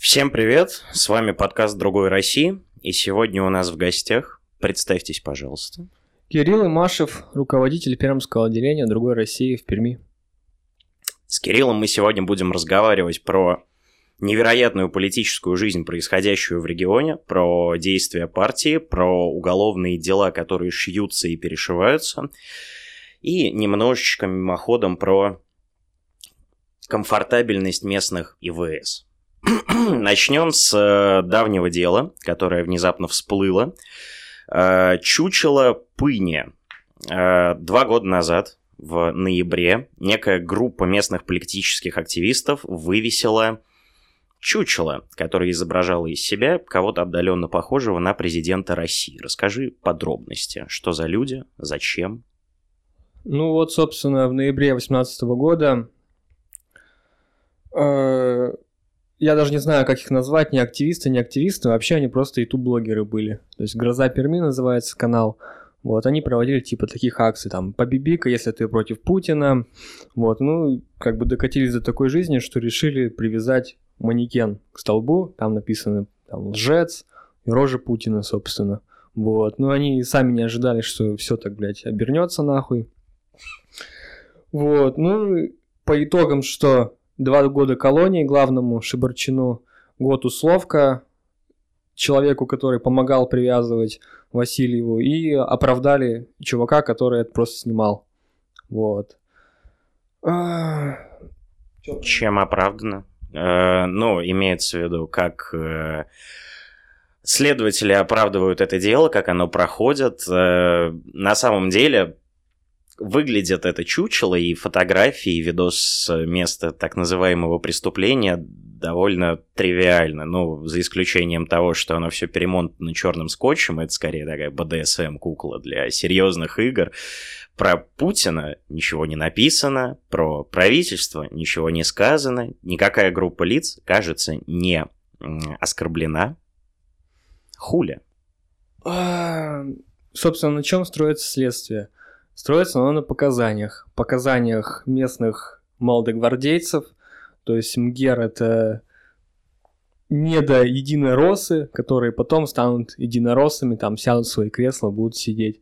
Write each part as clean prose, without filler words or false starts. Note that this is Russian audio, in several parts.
Всем привет, с вами подкаст «Другой России», и сегодня у нас в гостях, представьтесь, пожалуйста. Кирилл Имашев, руководитель Пермского отделения «Другой России» в Перми. С Кириллом мы сегодня будем разговаривать про невероятную политическую жизнь, происходящую в регионе, про действия партии, про уголовные дела, которые шьются и перешиваются, и немножечко мимоходом про комфортабельность местных ИВС. Начнем с давнего дела, которое внезапно всплыло. Чучело Пыни. 2 года назад, в ноябре, некая группа местных политических активистов вывесила чучело, которое изображало из себя кого-то отдаленно похожего на президента России. Расскажи подробности, что за люди, зачем? Ну вот, собственно, в ноябре 2018 года... Я даже не знаю, как их назвать, не активисты, вообще они просто ютуб-блогеры были. То есть «Гроза Перми» называется канал. Вот, они проводили типа таких акций, там, «Побибика, если ты против Путина». Вот, ну, как бы докатились до такой жизни, что решили привязать манекен к столбу, там написано там, «Лжец» и рожа Путина, собственно. Вот, ну, они сами не ожидали, что все так, блядь, обернется нахуй. Вот, ну, по итогам, что... 2 года колонии главному Шибарчину, год условка человеку, который помогал привязывать Васильеву, и оправдали чувака, который это просто снимал. Вот. Чем оправдано? Ну, имеется в виду, как следователи оправдывают это дело, как оно проходит. На самом деле... Выглядит это чучело и фотографии, и видос с места так называемого преступления довольно тривиально. Ну, за исключением того, что оно все перемотано черным скотчем, это скорее такая БДСМ-кукла для серьезных игр. Про Путина ничего не написано, про правительство ничего не сказано, никакая группа лиц, кажется, не оскорблена. Хули. Собственно, на чем строится следствие? Строится оно на показаниях. Показаниях местных молодогвардейцев. То есть МГЕР — это недоединороссы, которые потом станут единороссами, там сядут в свои кресла, будут сидеть.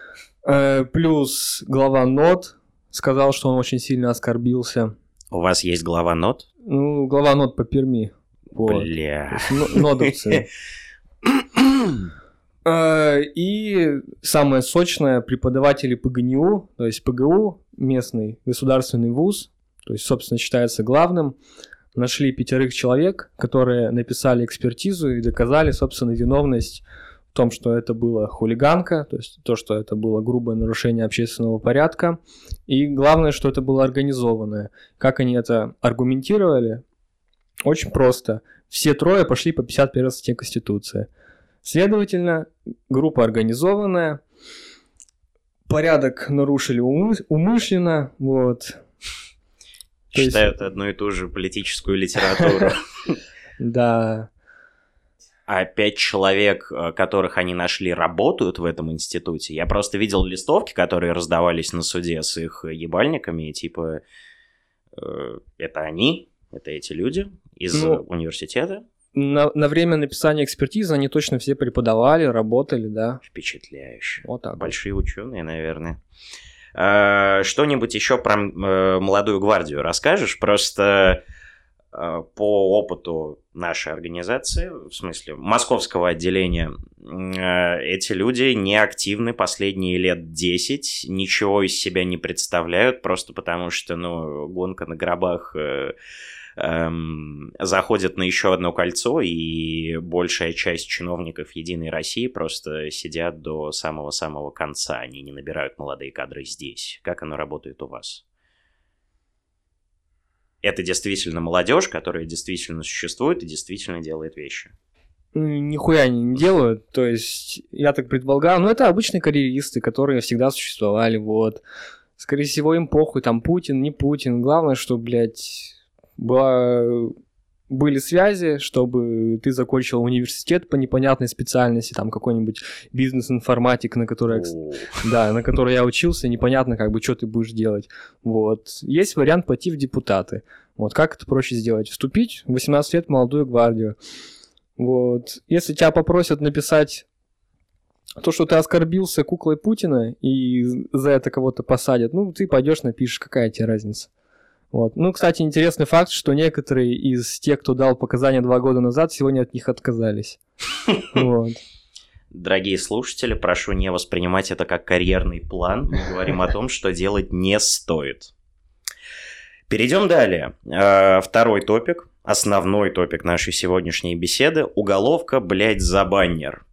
Плюс глава НОТ сказал, что он очень сильно оскорбился. У вас есть глава НОТ? Ну, глава НОТ по Перми. Вот. Бля. Нодовцы. И самое сочное, преподаватели ПГНУ, то есть ПГУ, местный государственный вуз, то есть, собственно, считается главным, нашли 5 человек, которые написали экспертизу и доказали, собственно, виновность в том, что это была хулиганка, то есть то, что это было грубое нарушение общественного порядка, и главное, что это было организованное. Как они это аргументировали? Очень просто. Все 3 пошли по 51 статье Конституции. Следовательно, группа организованная, порядок нарушили умышленно, вот. Читают одну и ту же политическую литературу. Да. А 5 человек, которых они нашли, работают в этом институте. Я просто видел листовки, которые раздавались на суде с их ебальниками, и типа, это они, это эти люди из университета. На время написания экспертизы они точно все преподавали, работали, да. Впечатляюще. Вот так. Большие ученые, наверное. Что-нибудь еще про молодую гвардию расскажешь? Просто по опыту нашей организации, в смысле московского отделения, эти люди не активны последние лет 10, ничего из себя не представляют, просто потому что, гонка на гробах... заходят на еще одно кольцо, и большая часть чиновников Единой России просто сидят до самого-самого конца. Они не набирают молодые кадры здесь. Как оно работает у вас? Это действительно молодежь, которая действительно существует и действительно делает вещи? Нихуя они не делают. То есть, я так предполагал, это обычные карьеристы, которые всегда существовали, вот. Скорее всего, им похуй, там, Путин, не Путин. Главное, что, блядь... была были связи, чтобы ты закончил университет по непонятной специальности, там какой-нибудь бизнес-информатик, на которой я учился, непонятно, как бы, что ты будешь делать. Вот. Есть вариант пойти в депутаты. Вот. Как это проще сделать? Вступить в 18 лет в молодую гвардию. Вот. Если тебя попросят написать то, что ты оскорбился куклой Путина, и за это кого-то посадят, ну, ты пойдешь, напишешь, какая тебе разница. Вот. Ну, кстати, интересный факт, что некоторые из тех, кто дал показания 2 года назад, сегодня от них отказались. Вот. Дорогие слушатели, прошу не воспринимать это как карьерный план. Мы говорим о том, что делать не стоит. Перейдем далее. Второй топик, основной топик нашей сегодняшней беседы. Уголовка, блядь, за баннер.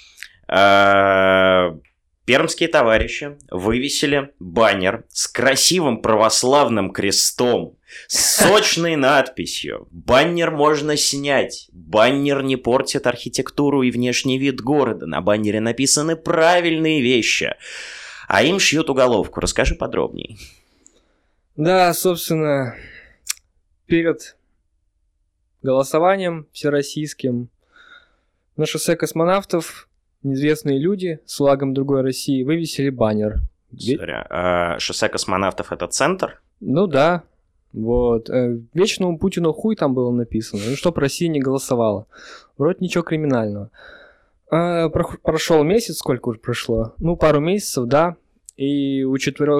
Пермские товарищи вывесили баннер с красивым православным крестом, с сочной надписью «Баннер можно снять, баннер не портит архитектуру и внешний вид города, на баннере написаны правильные вещи, а им шьют уголовку». Расскажи подробнее. Да, собственно, перед голосованием всероссийским на шоссе космонавтов неизвестные люди с флагом другой России вывесили баннер. Шоссе космонавтов — это центр? Ну да. Вот. Вечному Путину хуй там было написано. Ну, чтоб Россия не голосовала. Вроде ничего криминального. Прошел месяц, сколько уже прошло? Ну, пару месяцев, да. И у 4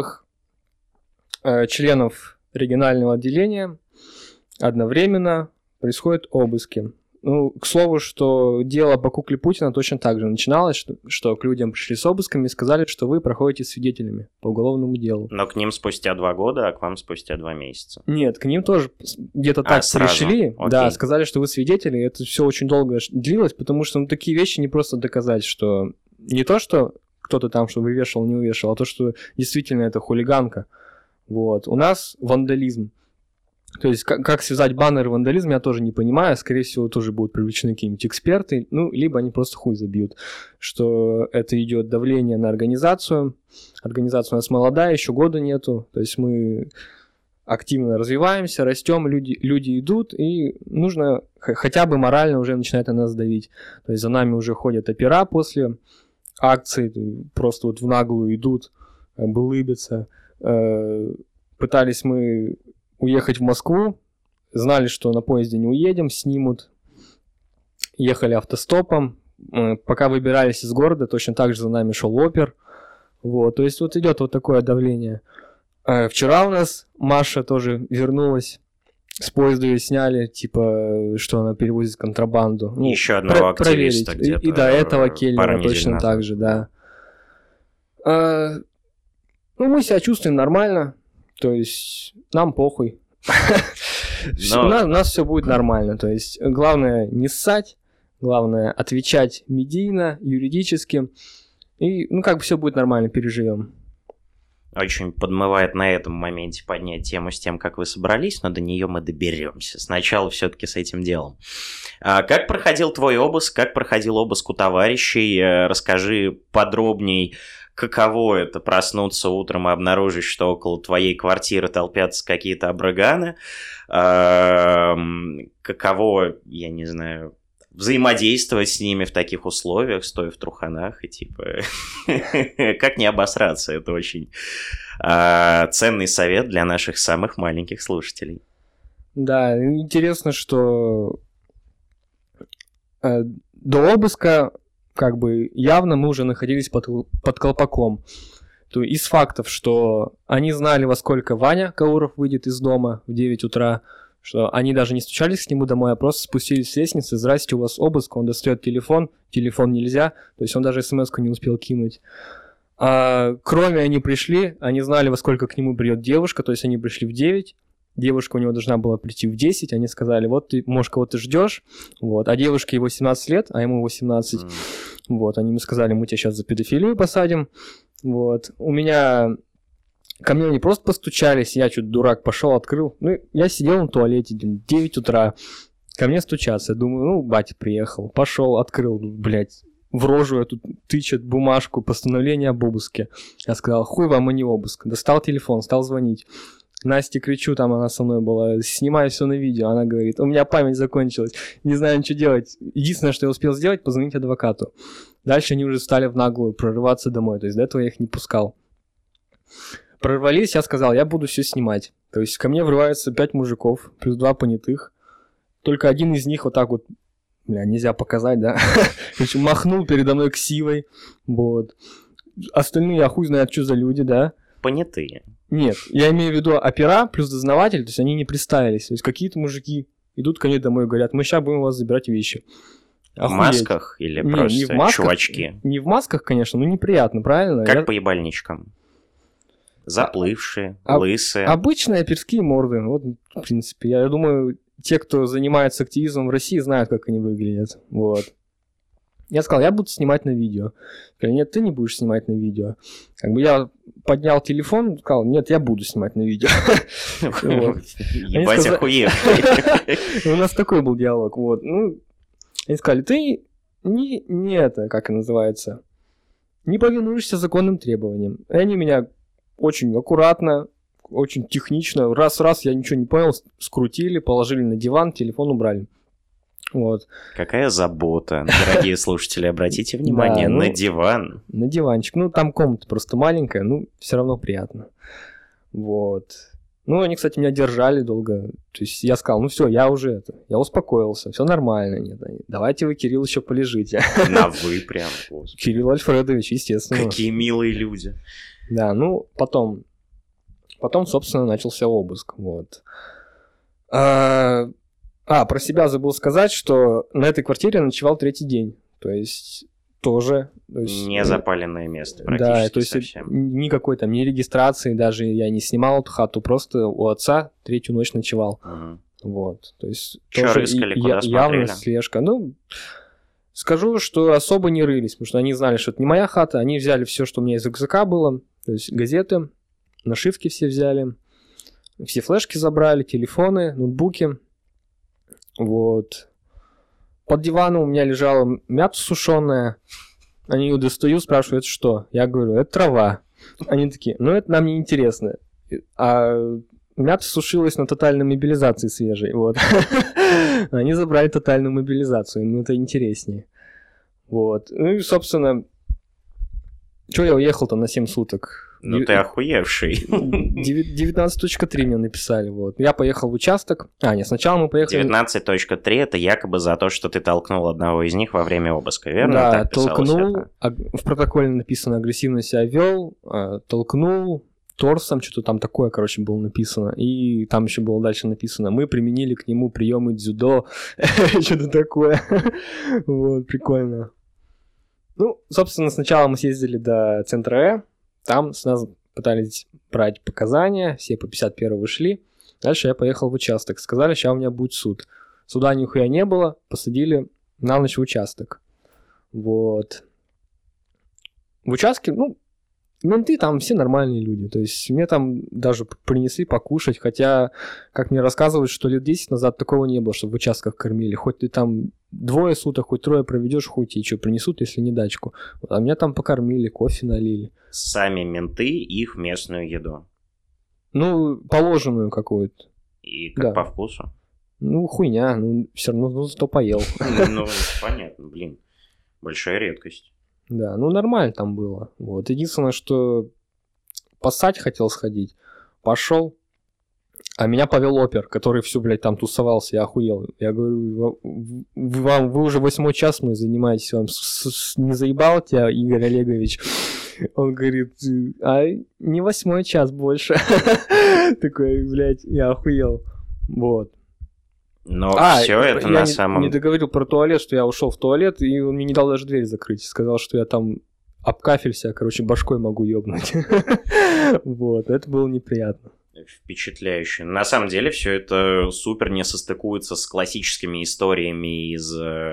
членов регионального отделения одновременно происходят обыски. Ну, к слову, что дело по кукле Путина точно так же начиналось, что к людям пришли с обысками и сказали, что вы проходите свидетелями по уголовному делу. Но к ним спустя 2 года, а к вам спустя 2 месяца. Нет, к ним тоже где-то так пришли. Да, сказали, что вы свидетели. Это все очень долго длилось, потому что такие вещи не просто доказать, что не то, что кто-то там, что вывешивал, не вывешивал, а то, что действительно это хулиганка. Вот. У нас вандализм. То есть, как связать баннер и вандализм, я тоже не понимаю. Скорее всего, тоже будут привлечены какие-нибудь эксперты. Ну, либо они просто хуй забьют, что это идет давление на организацию. Организация у нас молодая, еще года нету. То есть, мы активно развиваемся, растем, люди идут, и нужно хотя бы морально уже начинает на нас давить. То есть, за нами уже ходят опера после акции, просто вот в наглую идут, улыбятся. Пытались мы уехать в Москву, знали, что на поезде не уедем, снимут. Ехали автостопом. Пока выбирались из города, точно так же за нами шел опер. Вот, то есть вот идет вот такое давление. Вчера у нас Маша тоже вернулась. С поезда ее сняли, типа, что она перевозит контрабанду. Ну, еще одного активиста где-то. И до этого Кельнера точно так же, да. Ну, мы себя чувствуем нормально. То есть нам похуй. У нас все будет нормально. То есть главное не ссать, главное отвечать медийно, юридически. И, ну, как бы все будет нормально, переживем. Очень подмывает на этом моменте поднять тему с тем, как вы собрались, но до нее мы доберемся. Сначала все-таки с этим делом. Как проходил твой обыск? Как проходил обыск у товарищей? Расскажи подробней. Каково это проснуться утром и обнаружить, что около твоей квартиры толпятся какие-то абраганы? Каково, я не знаю, взаимодействовать с ними в таких условиях, стоя в труханах и типа... Как не обосраться? Это очень ценный совет для наших самых маленьких слушателей. Да, интересно, что до обыска как бы явно мы уже находились под колпаком. То из фактов, что они знали, во сколько Ваня Кауров выйдет из дома в 9 утра, что они даже не стучались к нему домой, а просто спустились с лестницы, здрасте, у вас обыск, он достает телефон нельзя, то есть он даже смс-ку не успел кинуть. Кроме они пришли, они знали, во сколько к нему придет девушка, то есть они пришли в 9, девушка у него должна была прийти в 10, они сказали, вот ты, может, кого-то ждешь, вот, а девушке его 17 лет, а ему 18, вот, они ему сказали, мы тебя сейчас за педофилию посадим, вот, ко мне не просто постучались, я чуть дурак пошел, открыл, ну, я сидел на туалете, 9 утра, ко мне стучатся, думаю, ну, батя приехал, пошел, открыл, блядь, в рожу эту тычет бумажку, постановление об обыске, я сказал, хуй вам, а не обыск, достал телефон, стал звонить. Насте кричу, там она со мной была, снимай все на видео. Она говорит, у меня память закончилась, не знаю, что делать. Единственное, что я успел сделать, позвонить адвокату. Дальше они уже стали в наглую прорываться домой. То есть до этого я их не пускал. Прорвались, я сказал, я буду все снимать. То есть ко мне врываются 5 мужиков, плюс 2 понятых. Только один из них вот так вот, нельзя показать, да, махнул передо мной ксивой. Вот. Остальные, я хуй знает, что за люди, да. Понятые. Нет, я имею в виду опера плюс дознаватель, то есть они не представились. То есть какие-то мужики идут ко мне домой и говорят, мы сейчас будем у вас забирать вещи. Охуеть. В масках или не, просто не в масках, чувачки? Не в масках, конечно, но неприятно, правильно? Как по ебальничкам. Заплывшие, лысые. Обычные оперские морды. Вот, в принципе, я думаю, те, кто занимается активизмом в России, знают, как они выглядят. Вот. Я сказал, я буду снимать на видео. Сказали, нет, ты не будешь снимать на видео. Как бы я поднял телефон, сказал, нет, я буду снимать на видео. Ебать охуевший. У нас такой был диалог. Вот. Они сказали, ты не это, как это называется, не повинуешься законным требованиям. И они меня очень аккуратно, очень технично, раз-раз, я ничего не понял, скрутили, положили на диван, телефон убрали. Вот. Какая забота, дорогие слушатели, обратите внимание, на диван. На диванчик, там комната просто маленькая, все равно приятно. Вот. Они, кстати, меня держали долго, то есть я сказал, все, я я успокоился, все нормально, нет, давайте вы, Кирилл, еще полежите. На вы прям, господи. Кирилл Альфредович, естественно. Какие милые люди. Да, потом, собственно, начался обыск, вот. Про себя забыл сказать, что на этой квартире ночевал 3-й день. То есть тоже... Не запаленное место практически. Да, то есть совсем. Никакой там ни регистрации, даже я не снимал эту хату, просто у отца 3-ю ночь ночевал. Угу. Вот, то есть... Чё рыскали, куда смотрели? Явно слежка. Скажу, что особо не рылись, потому что они знали, что это не моя хата, они взяли все, что у меня из рюкзака было, то есть газеты, нашивки все взяли, все флешки забрали, телефоны, ноутбуки. Вот. Под диваном у меня лежала мята сушеная. Они ее достают, спрашивают, это что? Я говорю, это трава. Они такие, это нам не интересно. А мята сушилась на тотальной мобилизации свежей. Вот. Они забрали тотальную мобилизацию, им это интереснее. Вот. И, собственно, что я уехал-то на 7 суток? Ты охуевший. 19.3 мне написали, вот. Я поехал в участок. Сначала мы поехали... 19.3 это якобы за то, что ты толкнул одного из них во время обыска, верно? Да, так толкнул, в протоколе написано, агрессивно себя вел, толкнул, торсом, что-то там такое, было написано. И там еще было дальше написано, мы применили к нему приемы дзюдо, что-то такое. Вот, прикольно. Собственно, сначала мы съездили до центра там с нас пытались брать показания, все по 51 вышли. Дальше я поехал в участок. Сказали, сейчас у меня будет суд. Суда нихуя не было, посадили на ночь в участок. Вот. В участке, менты там все нормальные люди. То есть мне там даже принесли покушать, хотя, как мне рассказывают, что лет 10 назад такого не было, чтобы в участках кормили. Хоть ты там 2 суток, хоть 3 проведешь, хоть тебе что принесут, если не дачку. А меня там покормили, кофе налили. Сами менты их местную еду. Положенную какую-то. И как по вкусу? Хуйня, все равно зато поел. Понятно, блин. Большая редкость. Да, нормально там было. Вот. Единственное, что поссать хотел сходить. Пошел. А меня повел опер, который всю, там тусовался, я охуел. Я говорю, вы уже 8 час мы занимаетесь, вам не заебал тебя, Игорь Олегович? Он говорит, не 8 час больше. Такой, я охуел. Вот. Но все это на самом... Я не договорил про туалет, что я ушел в туалет, и он мне не дал даже дверь закрыть. Сказал, что я там об кафель себя, башкой могу ёбнуть. Вот, это было неприятно. Впечатляюще. На самом деле все это супер не состыкуется с классическими историями из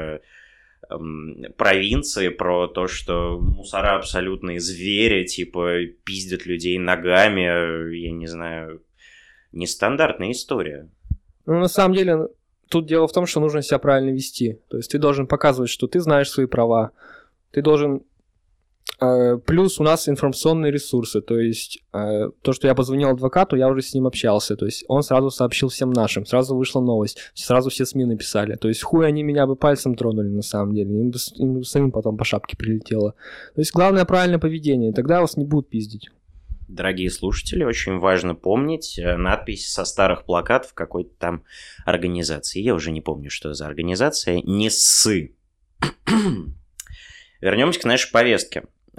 провинции про то, что мусора абсолютные звери, пиздят людей ногами, я не знаю, нестандартная история. На самом деле, тут дело в том, что нужно себя правильно вести. То есть ты должен показывать, что ты знаешь свои права. Ты должен Плюс у нас информационные ресурсы, то есть то, что я позвонил адвокату, я уже с ним общался, то есть он сразу сообщил всем нашим, сразу вышла новость, сразу все СМИ написали, то есть хуй они меня бы пальцем тронули на самом деле, им бы самим потом по шапке прилетело. То есть главное правильное поведение, тогда вас не будут пиздить. Дорогие слушатели, очень важно помнить надпись со старых плакатов какой-то там организации. Я уже не помню, что за организация. Не ссы. Вернемся к нашей повестке.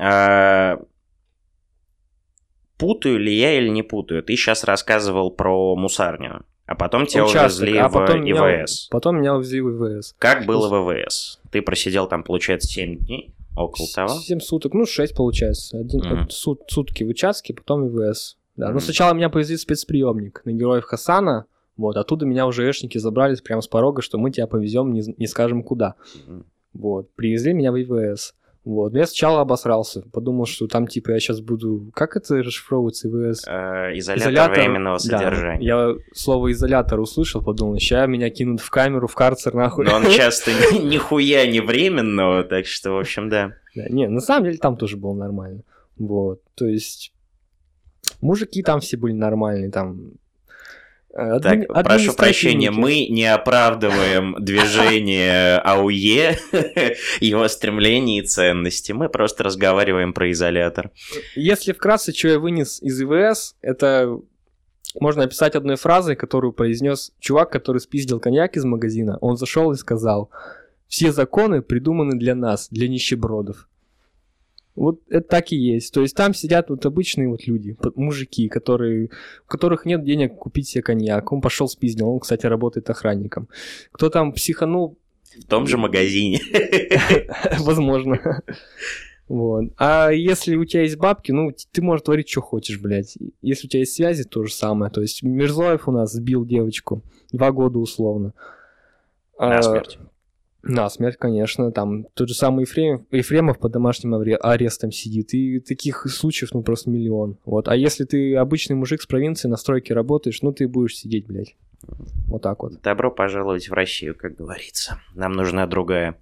Путаю ли я или не путаю? Ты сейчас рассказывал про мусарню, а потом тебя увезли в ИВС. Потом меня увезли в ИВС. Как было в ИВС? Ты просидел там, получается, 7 дней? Около того? 7 суток, 6 получается. Сутки в участке, потом ИВС. Да. Но сначала меня повезли в спецприемник на Героев Хасана, вот, оттуда меня уже эшники забрали прямо с порога, что мы тебя повезем, не скажем куда. Вот, привезли меня в ИВС. Вот, но я сначала обосрался, подумал, что там типа я сейчас буду... Как это расшифровывается ИВС? Изолятор временного содержания. Да, я слово изолятор услышал, подумал, ща меня кинут в камеру, в карцер, нахуй. Но он часто нихуя не временного, так что, в общем, да. Не, на самом деле там тоже было нормально. Вот, то есть мужики там все были нормальные, там... Так, прошу прощения, мы не оправдываем движение АУЕ, его стремления и ценности. Мы просто разговариваем про изолятор. Если вкратце, что я вынес из ИВС, это можно описать одной фразой, которую произнес чувак, который спиздил коньяк из магазина. Он зашел и сказал: «Все законы придуманы для нас, для нищебродов». Вот это так и есть. То есть там сидят вот обычные вот люди, мужики, у которых нет денег купить себе коньяк. Он пошел спиздил, он, кстати, работает охранником. Кто там психанул... В том же магазине. Возможно. Вот. А если у тебя есть бабки, ты можешь творить, что хочешь, блядь. Если у тебя есть связи, то же самое. То есть Мирзоев у нас сбил девочку 2 года условно. Насмерть. Насмерть, конечно. Там тот же самый Ефремов под домашним арестом сидит. И таких случаев, просто миллион. Вот. А если ты обычный мужик с провинции, на стройке работаешь, ты будешь сидеть, блядь. Вот так вот. Добро пожаловать в Россию, как говорится. Нам нужна другая.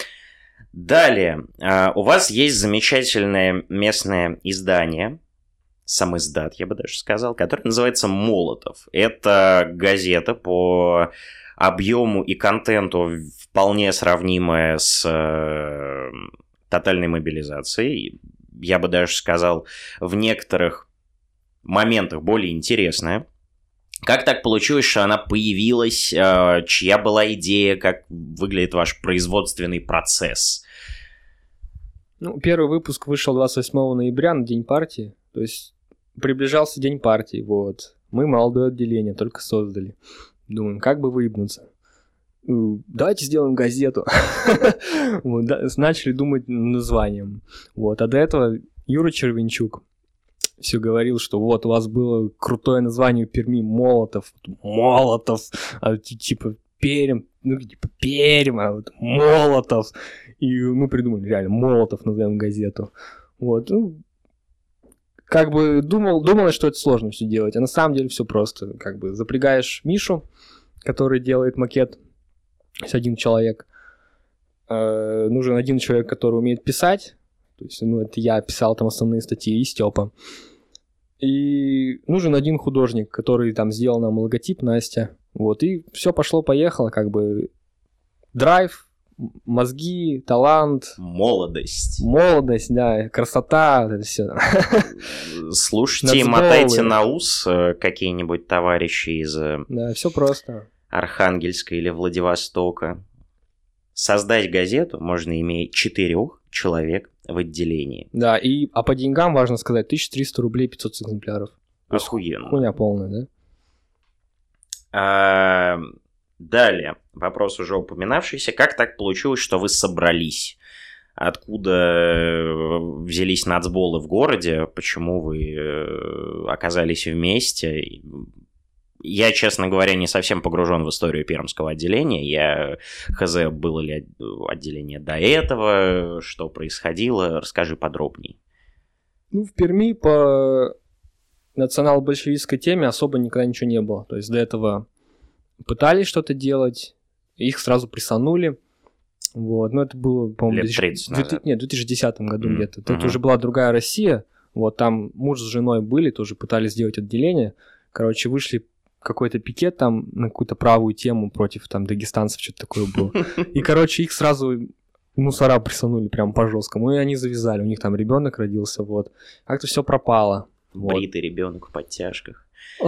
Далее. У вас есть замечательное местное издание, самиздат, я бы даже сказал, которое называется «Молотов». Это газета по объему и контенту вполне сравнимая с тотальной мобилизацией. Я бы даже сказал, в некоторых моментах более интересная. Как так получилось, что она появилась? Чья была идея? Как выглядит ваш производственный процесс? Первый выпуск вышел 28 ноября на День партии. То есть приближался День партии. Вот. Мы молодое отделение только создали. Думаем, как бы выебнуться. Давайте сделаем газету. Начали думать названием. Вот. А до этого Юра Червенчук все говорил, что вот у вас было крутое название в Перми — Молотов. Молотов. А типа Пермь. Пермь, а вот Молотов. И мы придумали, реально, Молотов назовем газету. Вот. Как бы думалось, что это сложно все делать, а на самом деле все просто. Как бы запрягаешь Мишу, который делает макет, есть один человек. Нужен один человек, который умеет писать. То есть, это я писал там основные статьи, и Степа. И нужен один художник, который там сделал нам логотип, Настя. Вот, и все пошло-поехало, как бы драйв, мозги, талант. Молодость, да, красота, это все. Слушайте и мотайте на ус какие-нибудь товарищи из... Да, все просто. Архангельска или Владивостока. Создать газету можно, имея 4 человек в отделении. Да, а по деньгам важно сказать 1300 рублей 500 экземпляров. Охуенно. Хуйня полная, да? Далее, вопрос уже упоминавшийся. Как так получилось, что вы собрались? Откуда взялись нацболы в городе? Почему вы оказались вместе? Я, честно говоря, не совсем погружен в историю пермского отделения. Я хз, было ли отделение до этого, что происходило. Расскажи подробнее. В Перми по национал-большевистской теме особо никогда ничего не было. То есть до этого пытались что-то делать, их сразу прессанули. Вот, ну это было, по-моему, Лет 30 назад. Нет, в 2010 году где-то. Тут уже была другая Россия, вот там муж с женой были, тоже пытались сделать отделение. Короче, вышли какой-то пикет там на какую-то правую тему против там дагестанцев, что-то такое было. И, короче, их сразу мусора присанули прям по-жесткому, и они завязали. У них там ребенок родился, вот. Как-то все пропало. Бритый ребенок в подтяжках.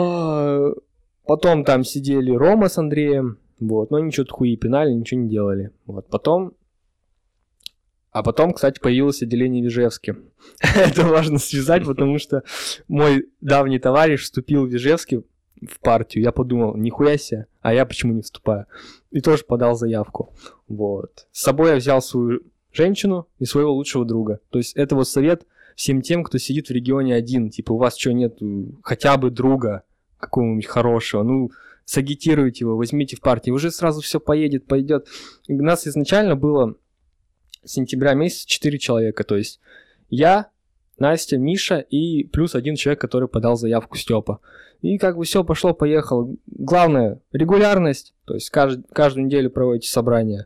Потом там сидели Рома с Андреем, вот, но они что-то хуи пинали, ничего не делали. Вот, потом, кстати, появилось отделение в Ижевске. Это важно связать, потому что мой давний товарищ вступил в Ижевске в партию. Я подумал, нихуя себе, а я почему не вступаю? И тоже подал заявку. Вот. С собой я взял свою женщину и своего лучшего друга. То есть это вот совет всем тем, кто сидит в регионе один. Типа у вас что, нет хотя бы друга какого-нибудь хорошего? Ну, сагитируйте его, возьмите в партию. Уже сразу все пойдет. У нас изначально было с сентября месяца 4 человека. То есть я, Настя, Миша и плюс один человек, который подал заявку, Степа. И как бы все пошло-поехало. Главное, регулярность. То есть каждую неделю проводите собрания.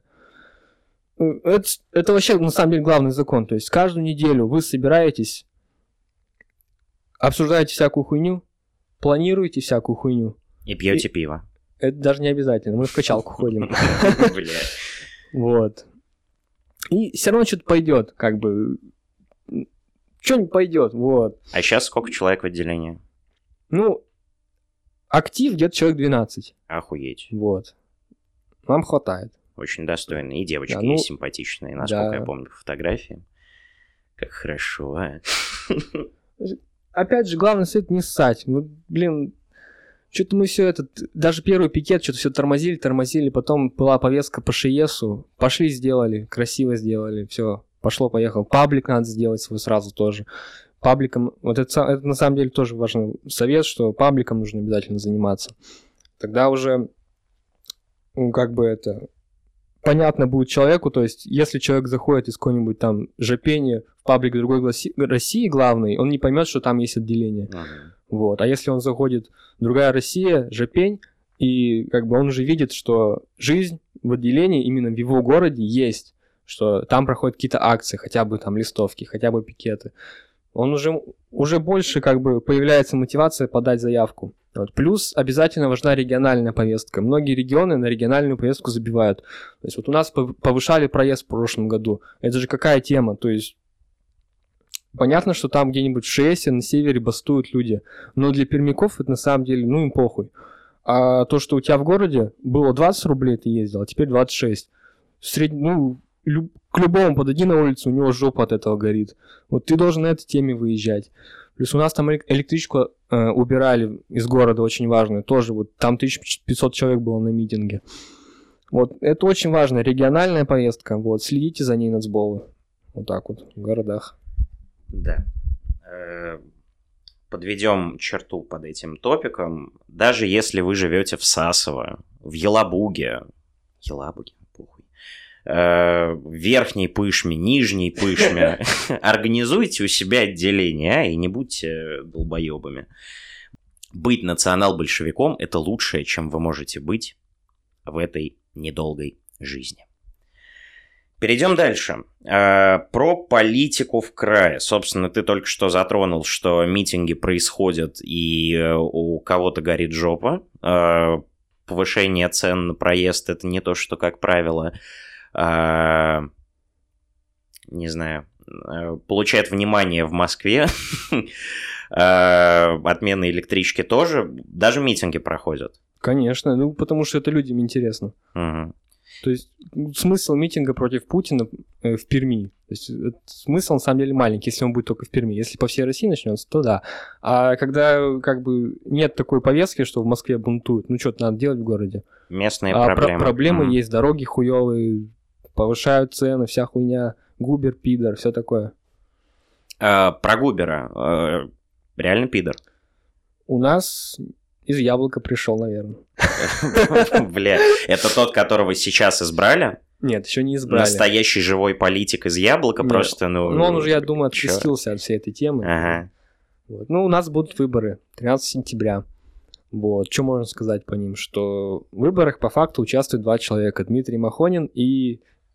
Это вообще, на самом деле, главный закон. То есть каждую неделю вы собираетесь, обсуждаете всякую хуйню, планируете всякую хуйню. И пьете пиво. Это даже не обязательно. Мы в качалку ходим. Бля. Вот. И все равно что-то пойдет, как бы. Что-нибудь пойдет, вот. А сейчас сколько человек в отделении? Ну, актив где-то человек 12. Охуеть. Вот. Нам хватает. Очень достойно. И девочки Да, ну, есть симпатичные, насколько да. я помню по фотографиям. Как хорошо, а. Опять же, главное совет не ссать. Ну, блин, что-то мы все это... Даже первый пикет что-то все тормозили. Потом была повестка по ШИЕСу. Пошли, сделали, красиво сделали. Все, пошло-поехало. Паблик надо сделать свой сразу тоже. Пабликом... Вот это на самом деле тоже важный совет, что пабликом нужно обязательно заниматься. Тогда уже, ну, как бы это... Понятно будет человеку, то есть, если человек заходит из какой-нибудь там жопени в паблик другой России главный, он не поймет, что там есть отделение. Вот. А если он заходит в другая Россия, жопень, и как бы он уже видит, что жизнь в отделении именно в его городе есть, что там проходят какие-то акции, хотя бы там листовки, хотя бы пикеты. Он уже больше как бы появляется мотивация подать заявку. Вот. Плюс обязательно важна региональная повестка. Многие регионы на региональную повестку забивают. То есть вот у нас повышали проезд в прошлом году. Это же какая тема? То есть понятно, что там где-нибудь в ШСе на севере бастуют люди. Но для пермяков это на самом деле, ну им похуй. А то, что у тебя в городе было 20 рублей ты ездил, а теперь 26. К любому подойди на улицу, у него жопа от этого горит. Вот ты должен на этой теме выезжать. Плюс у нас там электричку убирали из города, очень важно. Тоже вот там 1500 человек было на митинге. Вот это очень важно, региональная повестка. Вот, следите за ней, нацболы. Вот так вот, в городах. Да. Подведем черту под этим топиком. Даже если вы живете в Сасово, в Елабуге, похуй, в Верхней Пышме, Нижней Пышме, организуйте у себя отделение, и не будьте долбоебами. Быть национал-большевиком – это лучшее, чем вы можете быть в этой недолгой жизни. Перейдем дальше. Про политику в крае. Собственно, ты только что затронул, что митинги происходят, и у кого-то горит жопа. Повышение цен на проезд – это не то, что, как правило, не знаю, получает внимание в Москве. Отмены электрички тоже. Даже митинги проходят. Конечно, ну потому что это людям интересно. Угу. То есть смысл митинга против Путина в Перми. То есть смысл на самом деле маленький, если он будет только в Перми. Если по всей России начнется, то да. А когда как бы нет такой повестки, что в Москве бунтуют, ну что-то надо делать в городе. Местные проблемы. Проблемы есть, дороги хуёвые, повышают цены, вся хуйня, Губер, пидор, все такое. Про Губера. Реально пидор? У нас из Яблока пришел, наверное. Бля, это тот, которого сейчас избрали? Нет, еще не избрали. Настоящий живой политик из Яблока. Нет. Просто, ну... Ну, он уже, я думаю, открестился от всей этой темы. Ага. Вот. Ну, у нас будут выборы 13 сентября. Вот. Что можно сказать по ним? Что в выборах по факту участвуют 2 человека. Дмитрий Махонин и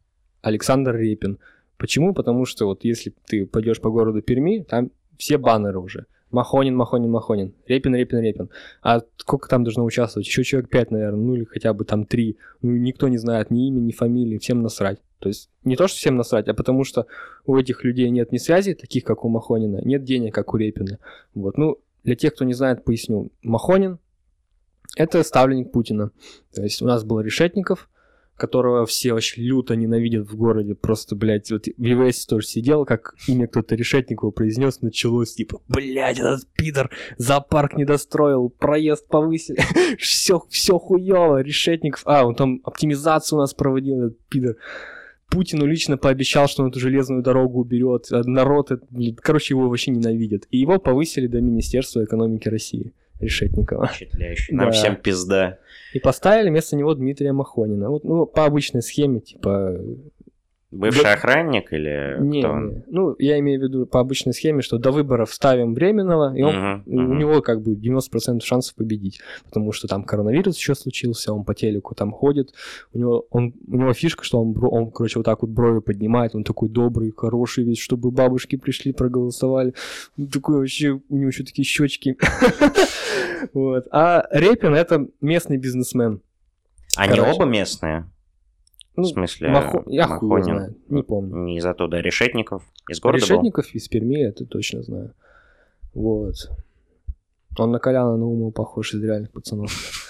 Александр Репин. Почему? Потому что вот если ты пойдешь по городу Перми, там все баннеры уже. Махонин, Махонин, Махонин. Репин, Репин, Репин. А сколько там должно участвовать? Еще человек 5, наверное, ну или хотя бы там 3. Ну, никто не знает ни имя, ни фамилии, всем насрать. То есть не то, что всем насрать, а потому что у этих людей нет ни связей, таких как у Махонина, нет денег, как у Репина. Вот, ну, для тех, кто не знает, поясню. Махонин – это ставленник Путина. То есть у нас был Решетников, которого все вообще люто ненавидят в городе. Просто, блядь, вот в ЕВС тоже сидел, как имя кто-то Решетникова произнес, началось типа, блядь, этот пидор зоопарк не достроил, проезд повысили, все хуёво, Решетников. Он там оптимизацию у нас проводил, этот пидор. Путину лично пообещал, что он эту железную дорогу уберет. Народ, короче, его вообще ненавидят. И его повысили до Министерства экономики России. Решетникова. Впечатляюще. Нам всем пизда. И поставили вместо него Дмитрия Махонина. Вот, ну, по обычной схеме, типа... Бывший охранник или кто он? Не. Ну, я имею в виду по обычной схеме, что до выборов ставим временного, и он, у него как бы 90% шансов победить. Потому что там коронавирус еще случился, он по телеку там ходит. У него фишка, что он, короче, вот так вот брови поднимает, он такой добрый, хороший весь, чтобы бабушки пришли, проголосовали. Он такой вообще, у него еще такие щечки. Вот. А Репин — это местный бизнесмен. Они оба местные? Ну, в смысле, я хуй Махонин, знаю, не помню. Не из оттуда, Решетников из города Решетников был? Из Перми, это точно знаю. Вот. Он на Коляна Наумова похож из реальных пацанов.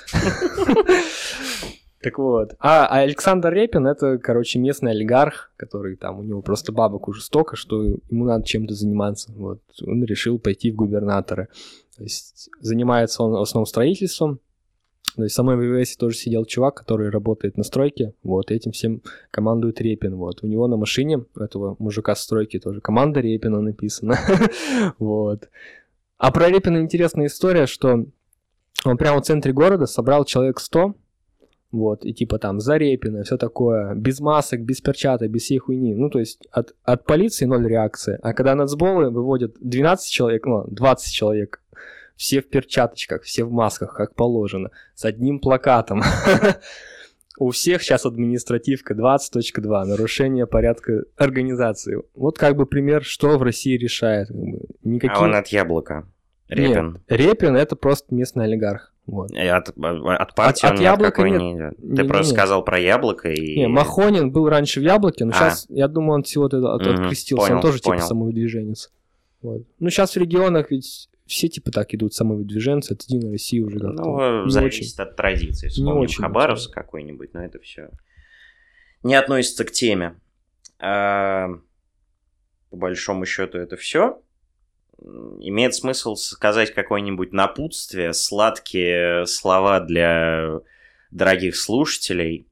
Так вот. А Александр Репин — это, короче, местный олигарх, который там, у него просто бабок уже столько, что ему надо чем-то заниматься. Вот. Он решил пойти в губернаторы. То есть занимается он в основном строительством. То есть в самой ВВС тоже сидел чувак, который работает на стройке, вот, и этим всем командует Репин, вот. У него на машине, у этого мужика с стройки тоже, команда Репина написана, вот. А про Репина интересная история, что он прямо в центре города собрал человек 100, вот, и типа там за Репина, все такое, без масок, без перчаток, без всей хуйни, ну, то есть от полиции 0 реакции, а когда нацболы выводят 12 человек, ну, 20 человек, все в перчаточках, все в масках, как положено, с одним плакатом. У всех сейчас административка 20.2, нарушение порядка организации. Вот как бы пример, что в России решает. Никаких... А он от Яблока, Репин. Нет, Репин — это просто местный олигарх. Вот. От партии он Яблока никакой не идет. Ты просто сказал про Яблоко и... Не, Махонин был раньше в Яблоке, но сейчас, я думаю, он всего открестился. Понял, он тоже понял. типа самовыдвиженец. Вот. Ну, сейчас в регионах ведь все типа так идут, самовыдвиженцы, от Единой России уже как-то. Ну, зависит от традиции. Вспомним Хабаровск какой-нибудь, но это все не относится к теме. По большому счету это все. Имеет смысл сказать какое-нибудь напутствие, сладкие слова для дорогих слушателей.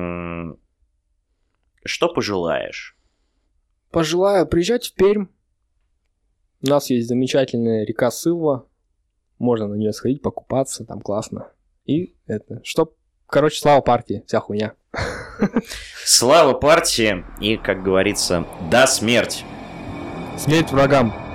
Что пожелаешь? Пожелаю приезжать в Пермь. У нас есть замечательная река Сылва. Можно на нее сходить, покупаться, там классно. И это, короче, слава партии, вся хуйня. Слава партии и, как говорится, до смерти. Смерть врагам.